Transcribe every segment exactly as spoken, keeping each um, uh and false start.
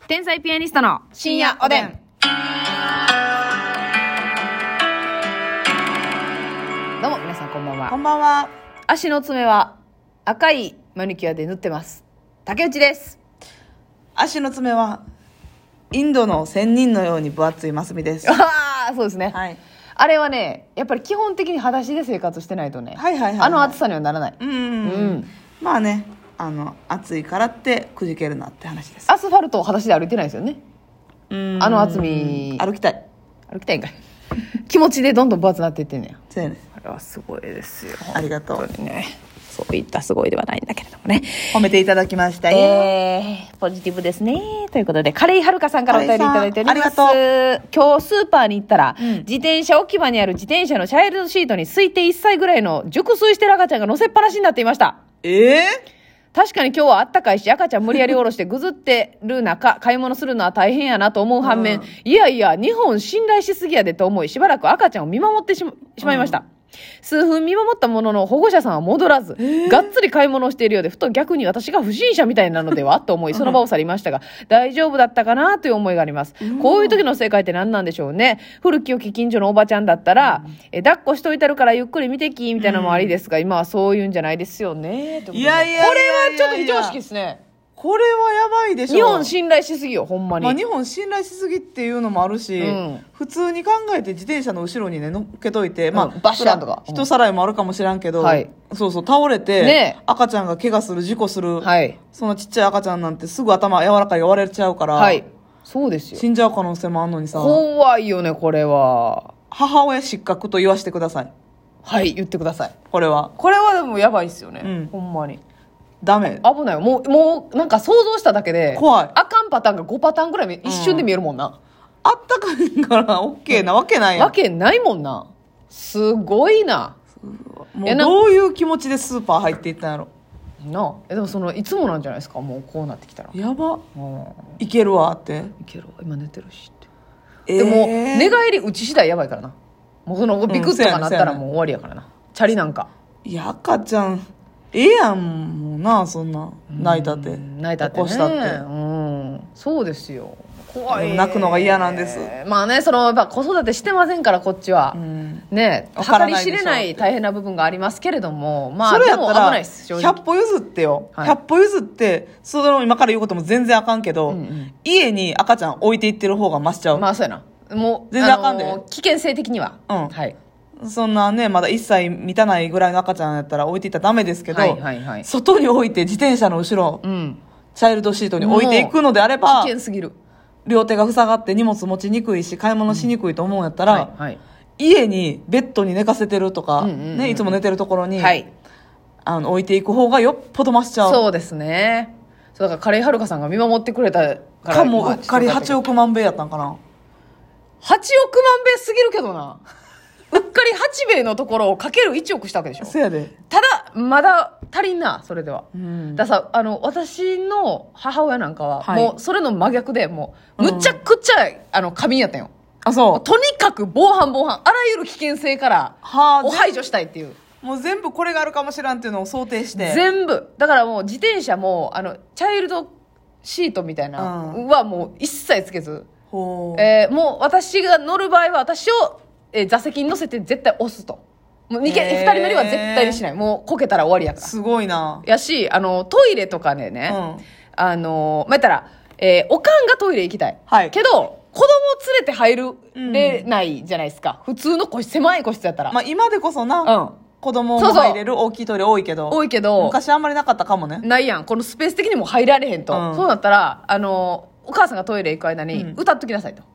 天才ピアニストの深夜おでん。どうも皆さんこんばんは。 こんばんは。 足の爪は赤いマニキュアで塗ってます。竹内です。 足の爪はインドの仙人のように分厚いマスミです。 ああ、そうですね。 はい。 あれはね、やっぱり基本的に裸足で生活してないとね、 はいはいはいはい、 あの暑さにはならない。 うん、 うん、 まあね、あの暑いからってくじけるなって話です。 アスファルトを裸足で歩いてないですよね。 うんあの厚み歩きたい歩きたいんかい気持ちでどんどん分厚くなっていってんねや。 そうやね。 あれはすごいですよ。 ありがとう。 本当にね、そういったすごいではないんだけれどもね。 褒めていただきましたよ。 えー、ポジティブですね。ということで、カレイはるかさんからお便りいただいております。 ありがとう。今日スーパーに行ったら、 うん、 自転車置き場にある自転車のチャイルドシートに推定いっさいぐらいの熟睡してる赤ちゃんが乗せっぱなしになっていました。 ええー確かに今日はあったかいし、赤ちゃん無理やり下ろしてぐずってる中、買い物するのは大変やなと思う反面、うん、いやいや、日本信頼しすぎやでと思い、しばらく赤ちゃんを見守ってし ま, しまいました。うん、数分見守ったものの保護者さんは戻らず、がっつり買い物をしているようで、ふと逆に私が不審者みたいなのではと思い、その場を去りましたが、大丈夫だったかなという思いがあります。こういう時の正解って何なんでしょうね。古き良き近所のおばちゃんだったら、うん、え抱っこしといたるからゆっくり見てきみたいなのもありですが、今はそういうんじゃないですよね。 いやいやいやいやいや、 これはちょっと非常識ですね。 これはやばいでしょ。 日本信頼しすぎよ、ほんまに。 まあ、日本信頼しすぎっていうのもあるし、うん、普通に考えて自転車の後ろにね乗っけといて、まあ、 うん、バッシャーとか人さらいもあるかもしらんけど、 はい、 そうそう倒れて、 ね、 赤ちゃんが怪我する事故する、 はい、 そのちっちゃい赤ちゃんなんてすぐ頭柔らかい割れちゃうから、 はい、そうですよ。 死んじゃう可能性もあるのにさ、 怖いよねこれは。 母親失格と言わせてください。 はい、言ってください。 これはこれはでもやばいっすよね、うん、ほんまにダメ。 危ないよ。もう、もう、なんか想像しただけで、 怖い。 あかんパターンがごパターンぐらい一瞬で見えるもんな。うん、 あったかいから OK なわけないやん。 わけないもんな。すごいな。 もうどういう気持ちでスーパー入っていったんやろ。 なあ。でもその、いつもなんじゃないですか、もうこうなってきたら。 やば。うん、いけるわって。 いけるわ。今寝てるしって。えー、でも、寝返り打ち次第やばいからな。もうその、ビクッとかなったらもう終わりやからな。チャリなんか。 いや、赤ちゃん。ええやんもうな、そんな泣いたって泣いたってね、起こしたって、うん、そうですよ。怖い。 泣くのが嫌なんです。 まあね、そのやっぱ子育てしてませんからこっちは、うん、ね、計り知れない大変な部分がありますけれども、まあそれやったらでも危ないです。 ひゃっぽ譲ってよ、はい、ひゃっぽ譲ってその今から言うことも全然あかんけど、うんうん、家に赤ちゃん置いていってる方が増しちゃう。 まあそうやな。もう全然あかんで、あのー、危険性的には、 うん、 はい。 そんなね、まだいっさい満たないぐらいの赤ちゃんやったら置いていったらダメですけど、 はいはいはい、 外に置いて自転車の後ろ、うん、チャイルドシートに置いていくのであれば、 危険すぎる。 両手が塞がって荷物持ちにくいし、買い物しにくいと思うんやったら、うんはいはい、家にベッドに寝かせてるとか、うんうんうん、ね、いつも寝てるところに、はい、あの置いていく方がよっぽど増しちゃう。 そうですね。そうだからカレイはるかさんが見守ってくれたからかも、うっかりはちおくまんべいやったんかな。 はちおくまんべいすぎるけどな。うっかりはちべいのところをかけるいちおくしたわけでしょ。 そうやで。 ただまだ足りんな、それでは、うん、だからさ、あの私の母親なんかは、はい、もうそれの真逆でもうむちゃくちゃ、うん、あの過敏やったんよ。 あ、そう。 とにかく防犯防犯、あらゆる危険性からを排除したいっていう、 もう全部これがあるかもしらんっていうのを想定して全部だからもう自転車もあのチャイルドシートみたいなはもう一切つけず、うん、えー、もう私が乗る場合は私をえー、座席に乗せて絶対押すと。もうにけ、えー、ふたり乗りは絶対にしない。もうこけたら終わりやから。 すごいな。 やし、あの、トイレとかでね、うん、あの、まあ、言ったら、えー、おかんがトイレ行きたい。はい。けど、子供を連れて入るれないじゃないですか。うん、普通の個室、狭い個室やったら。 まあ、今でこそな、うん、子供も入れる大きいトイレ多いけど。 多いけど。 昔あんまりなかったかもね。 ないやん。このスペース的にも入られへんと。うん、そうなったら、あの、お母さんがトイレ行く間に、歌っときなさいと。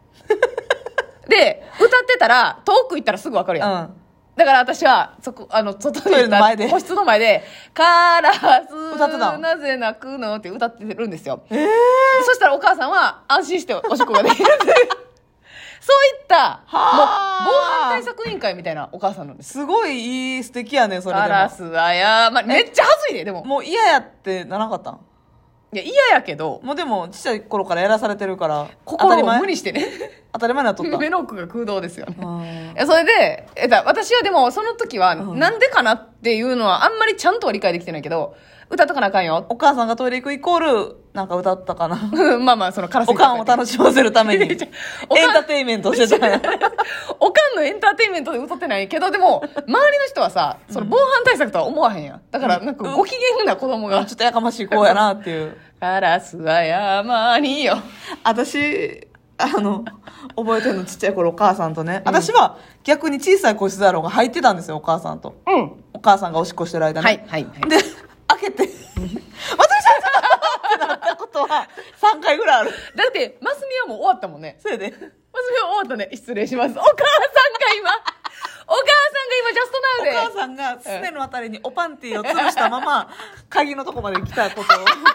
で、歌ってたら、遠く行ったらすぐ分かるやん。うん、だから私は、そこ、あの、外に行った個室の前で、カラス、なぜ泣くのって歌ってるんですよ。えー、そしたらお母さんは安心しておしっこができるんで。そういった、もう、防犯対策委員会みたいなお母さんなんです。 すごいいい、素敵やね、それでも。 カラスはや、まあ、めっちゃ恥ずいで、でも。 もう嫌やってならなかったん？ いや、嫌やけど。 もうでも、ちっちゃい頃からやらされてるから。 心を無にしてね。 当たり前なっとった。 目の奥が空洞ですよね。いや、それで、えだ私はでも、その時は、なんでかなっていうのは、あんまりちゃんとは理解できてないけど、 歌っとかなあかんよ。 お母さんがトイレ行くイコール、なんか歌ったかな。 まあまあ、そのカラスおかんを楽しませるために、エンターテインメントしてたんや。 おかんのエンターテインメントで歌ってないけど、でも、周りの人はさ、その防犯対策とは思わへんやん。だから、なんかご機嫌な子供が。 ちょっとやかましい子やなっていう。 カラスは山によ。 私、あの、覚えてるのちっちゃい頃お母さんとね、うん、私は逆に小さい個室だろうが入ってたんですよ、お母さんと。 うん。 お母さんがおしっこしてる間に。 はい、はい、はい。 で、開けて、私たちってなったことはさんかいぐらいある。 だって、マスミはもう終わったもんね。 それで。 マスミは終わったね。失礼します。お母さんが今、お母さんが今ジャストナウで。 お母さんがすねのあたりにおパンティーを潰したまま、鍵のとこまで来たことを。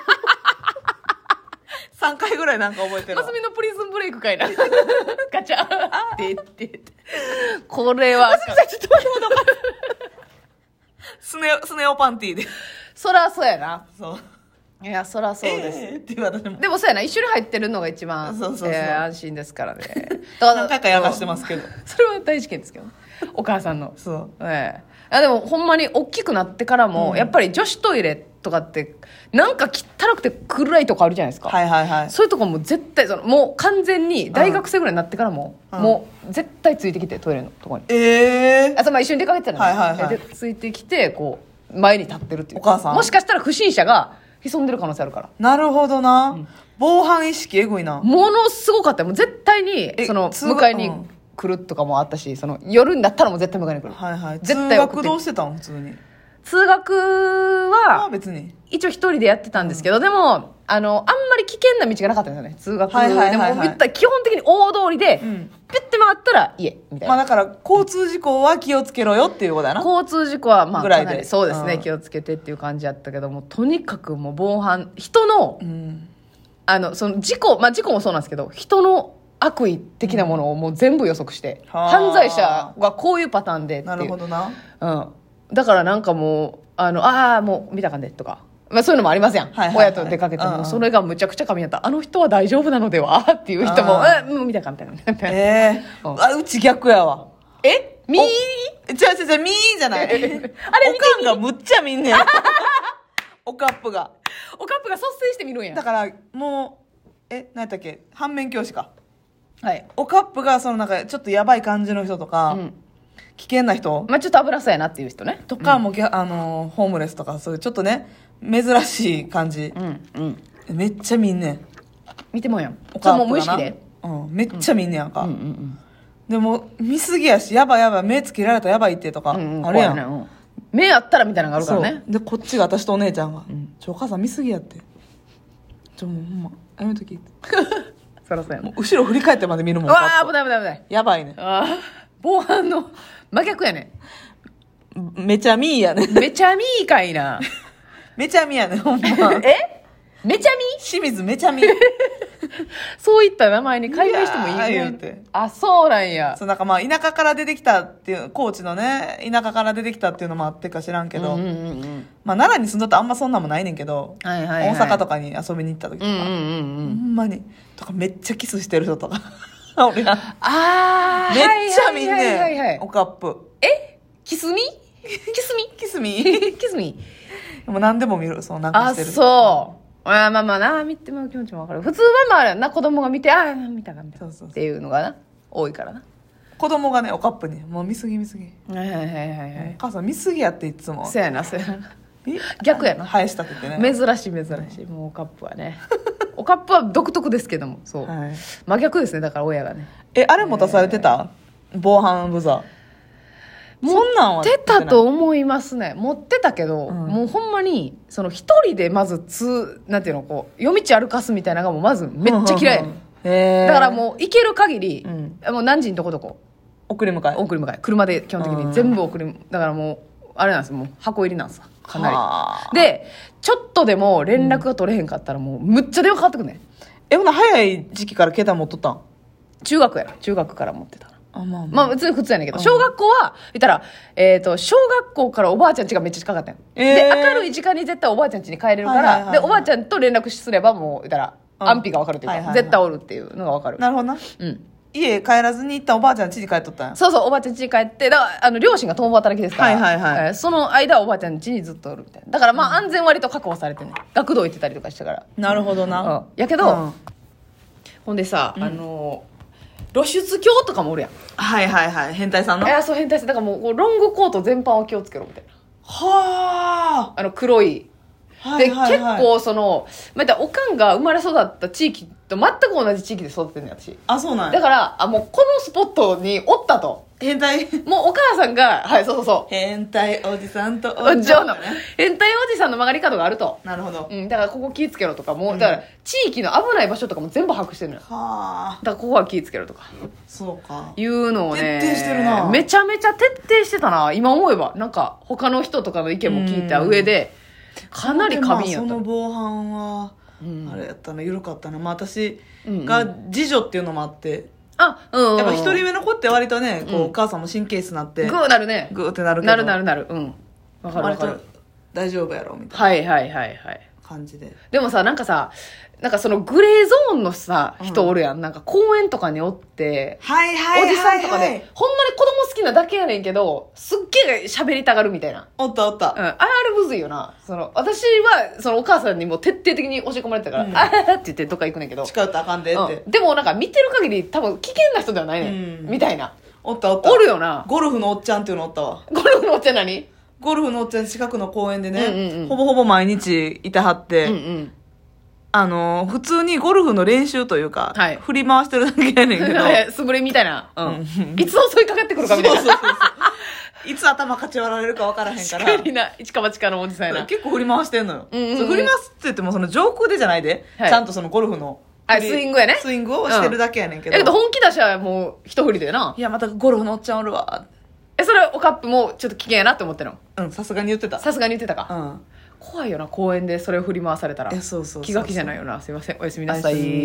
さんかいぐらいなんか覚えてるわ。 マスミのプリズンブレイクかいな。ガチャーって言って。これは。マスミさんちょっと待って待って。 スネ、スネオパンティーで。 そらそうやな。 そう。 いや、そらそうです。えー、って言われても。 でもそうやな、一緒に入ってるのが一番、 そうそうそう、 えー、安心ですからね。 だから何回かやらしてますけど。 それは大事件ですけど。お母さんの。 そう。 ええー。でもほんまに大きくなってからも、うん、やっぱり女子トイレとかって、なんか汚くて暗いとこあるじゃないですか。 はいはいはい。 そういうとこも絶対、その、もう完全に大学生ぐらいになってからも、うん、もう絶対ついてきて、トイレのとこに。 ええー。 あ、そう、まあ一緒に出かけてたらね。 はいはいはい。 で、ついてきて、こう、前に立ってるっていう。 お母さん？ もしかしたら不審者が潜んでる可能性あるから。 なるほどな。うん、防犯意識エグいな。 ものすごかったよ。もう絶対に、その、迎えに来るとかもあったし、その、夜になったらもう絶対迎えに来る。 はいはい。 絶対通学どうしてたん普通に。 通学は、 別に。 一応一人でやってたんですけど、うん、でも、あの、あんまり危険な道がなかったんですよね。通学。はいはいはいはい、でも、言ったら基本的に大通りで、うん、ピュッて曲がったら家、みたいな。 まあだから、交通事故は気をつけろよっていうことだな。 交通事故は、まあ、 ぐらいで。 そうですね、うん、気をつけてっていう感じだったけども、とにかくもう防犯、人の、うん、あの、その事故、まあ事故もそうなんですけど、人の悪意的なものをもう全部予測して、うん、犯罪者はこういうパターンでっていう。 なるほどな。 うん。だからなんかもう、あの、ああ、もう見たかんで、とか。まあそういうのもありますやん。はいはいはい、親と出かけても、うん、それがむちゃくちゃ噛み合った。あの人は大丈夫なのではっていう人も、え、もう見たかみたいな。 ええーうん、あ、うち逆やわ。 えみー違う違う違う、みーじゃない。あれ見ておかんがむっちゃ見んねん。おカップが。 おカップが率先して見るんや。 だから、もう、え、何やったっけ反面教師か。 はい。 おカップが、そのなんか、ちょっとやばい感じの人とか、うん危険な人、 まあ、ちょっと油そうやなっていう人ねとかも、うん、あのホームレスとかそういうちょっとね珍しい感じ、うんうん、めっちゃ見んねん見てもんやんおかもう無意識で、 うん、めっちゃ見んねやんか、 うんうんうん、 でも見すぎやしやばいやばい目つけられたらやばいってとか、うんうん、あるやん、ねうん、 目あったらみたいなのがあるからねでこっちが私とお姉ちゃんが、うん、ちょお母さん見すぎやってちょもうほんまやめときそらそうやな後ろ振り返ってまで見るもんうわー危ない危ない危ないやばいねあ防犯の真逆やねめちゃみーやねめちゃみーかいなめちゃみやねほんまえめちゃみ清水めちゃみそういった名前に改名してもいい言うてあそうなんやそうなんかまあ田舎から出てきたっていう高知のね田舎から出てきたっていうのもあってか知らんけど、うんうんうん、まあ奈良に住んどってあんまそんなんもないねんけど、はいはいはい、大阪とかに遊びに行った時とか、うんうんうんうん、ほんまにとかめっちゃキスしてる人とか俺があめっちゃ見んねん、はいはいはいはい、おカップえキスミキスミキスミキスミでも何でも見るそうなんかしてるあそうあまあまあな見てもらう気持ちも分かる普通はまあな子供が見てああ見たか見たかっていうのがな多いからな子供がねおカップにもう見すぎ見すぎはいはいはいはいお母さん見すぎやっていつもそうやなそうやな逆やな生えしたててね珍しい珍しいもうおカップはねおカップは独特ですけどもそう、はい、真逆ですねだから親がねえあれ持たされてた、えー、防犯ブザー持ってたと思いますね持ってたけど、うん、もうほんまにその一人でまずつなんていうのこう夜道歩かすみたいなのがもうまずめっちゃ嫌い、うんうんうん、だからもう行ける限り、うん、もう何時にどこどこ送り迎え送り迎え車で基本的に全部送り、うん、だからもうあれなんですもう箱入りなんですかなりでちょっとでも連絡が取れへんかったらもうむっちゃ電話かかってくんねんえほな早い時期から携帯持っとったん中学やな中学から持ってたあまあまあ、 まあ別に普通やねんけど、小学校は、言ったら、えっ、ー、と、小学校からおばあちゃん家がめっちゃ近かったん、えー、で、明るい時間に絶対おばあちゃん家に帰れるから、はいはいはいはい、で、おばあちゃんと連絡すればもう、言ったら、安否がわかるっていうか、はいはいはい、絶対おるっていうのがわかる。 なるほどな。 うん。 家帰らずに一旦おばあちゃん家に帰っとったんや。 そうそう、おばあちゃん家に帰って、だから、あの、両親が共働きですから。 はいはいはい。 えーその間、おばあちゃん家にずっとおるみたいな。だからまあ、安全割と確保されてね。学童行ってたりとかしたから。 なるほどな。 うん。やけど、 うんほんでさ、あのー、露出狂とかもおるやん。 はいはいはい。変態さんの。 いや、そう変態さん。だからもう、こうロングコート全般を気をつけろみたいな。 はあの、黒い。 あ。 で、 はいはいはい、 結構その、またおかんが生まれ育った地域と全く同じ地域で育ってんねん、私。 あ、そうなんや。 だから、あ、もうこのスポットにおったと。 変態。 もうお母さんが、はい、そうそうそう。 変態おじさんとお嬢のね。 変態おじさんの曲がり角があると。 なるほど。 うん、だからここ気ぃつけろとかも、 うんだから地域の危ない場所とかも全部把握してるのよ。 はあ。 だからここは気ぃつけろとか。 そうか。 いうのをね。 徹底してるな。 めちゃめちゃ徹底してたな。今思えば。なんか他の人とかの意見も聞いた上で、かなり過敏やった。 その防犯は、 うん、 あれやったな、緩かったな。まあ私が次女っていうのもあって、 あ、うんうん、 やっぱ一人目の子って割とね、こう、 うん、 お母さんも神経質になって。 グーなるね。 グーってなるけど。 なるなるなる。うん。わかるわかる。 大丈夫やろみたいな。はいはいはいはい。 感じで。 でもさ、なんかさ、なんかそのグレーゾーンのさ、人おるやん。うん、なんか公園とかにおって、 はいはいはい、はい。 おじさんとかで、ほんまに子供好きなだけやねんけど、すっげえ喋りたがるみたいな。 おったおった。 うん。あれむずいよな。その、私は、そのお母さんにも徹底的に教え込まれてたから、うん、あーって言ってどっか行くねんけど。 近寄ったらあかんでって、 うん。でもなんか見てる限り多分危険な人ではないねん。うん、みたいな。 おったおった。 おるよな。 ゴルフのおっちゃんっていうのおったわ。 ゴルフのおっちゃん何？ ゴルフのおっちゃん近くの公園でね、 うんうんうん、 ほぼほぼ毎日いてはって、 うんうん、 あの、普通にゴルフの練習というか、はい、振り回してるだけやねんけど。 素振りみたいな。うん。いつ襲いかかってくるかみたいな。 そうそうそうそう。いつ頭かち割られるか分からへんから。 確かにな。一か八かのおじさんやな。 結構振り回してんのよ。 うんうんうん、 そう振り回すって言っても、その上空でじゃないで、はい、ちゃんとそのゴルフの。 あ、スイングやね。 スイングをしてるだけやねんけど。 だけど本気出しはもう一振りだよな。 いや、またゴルフのおっちゃんおるわ。 え、 それおカップもちょっと危険やなって思ってるの？ うん、さすがに言ってた。 さすがに言ってたか。 うん。 怖いよな、公園でそれを振り回されたら。 いや、そうそうそうそう。 気が気じゃないよな。すいません。おやすみなさい。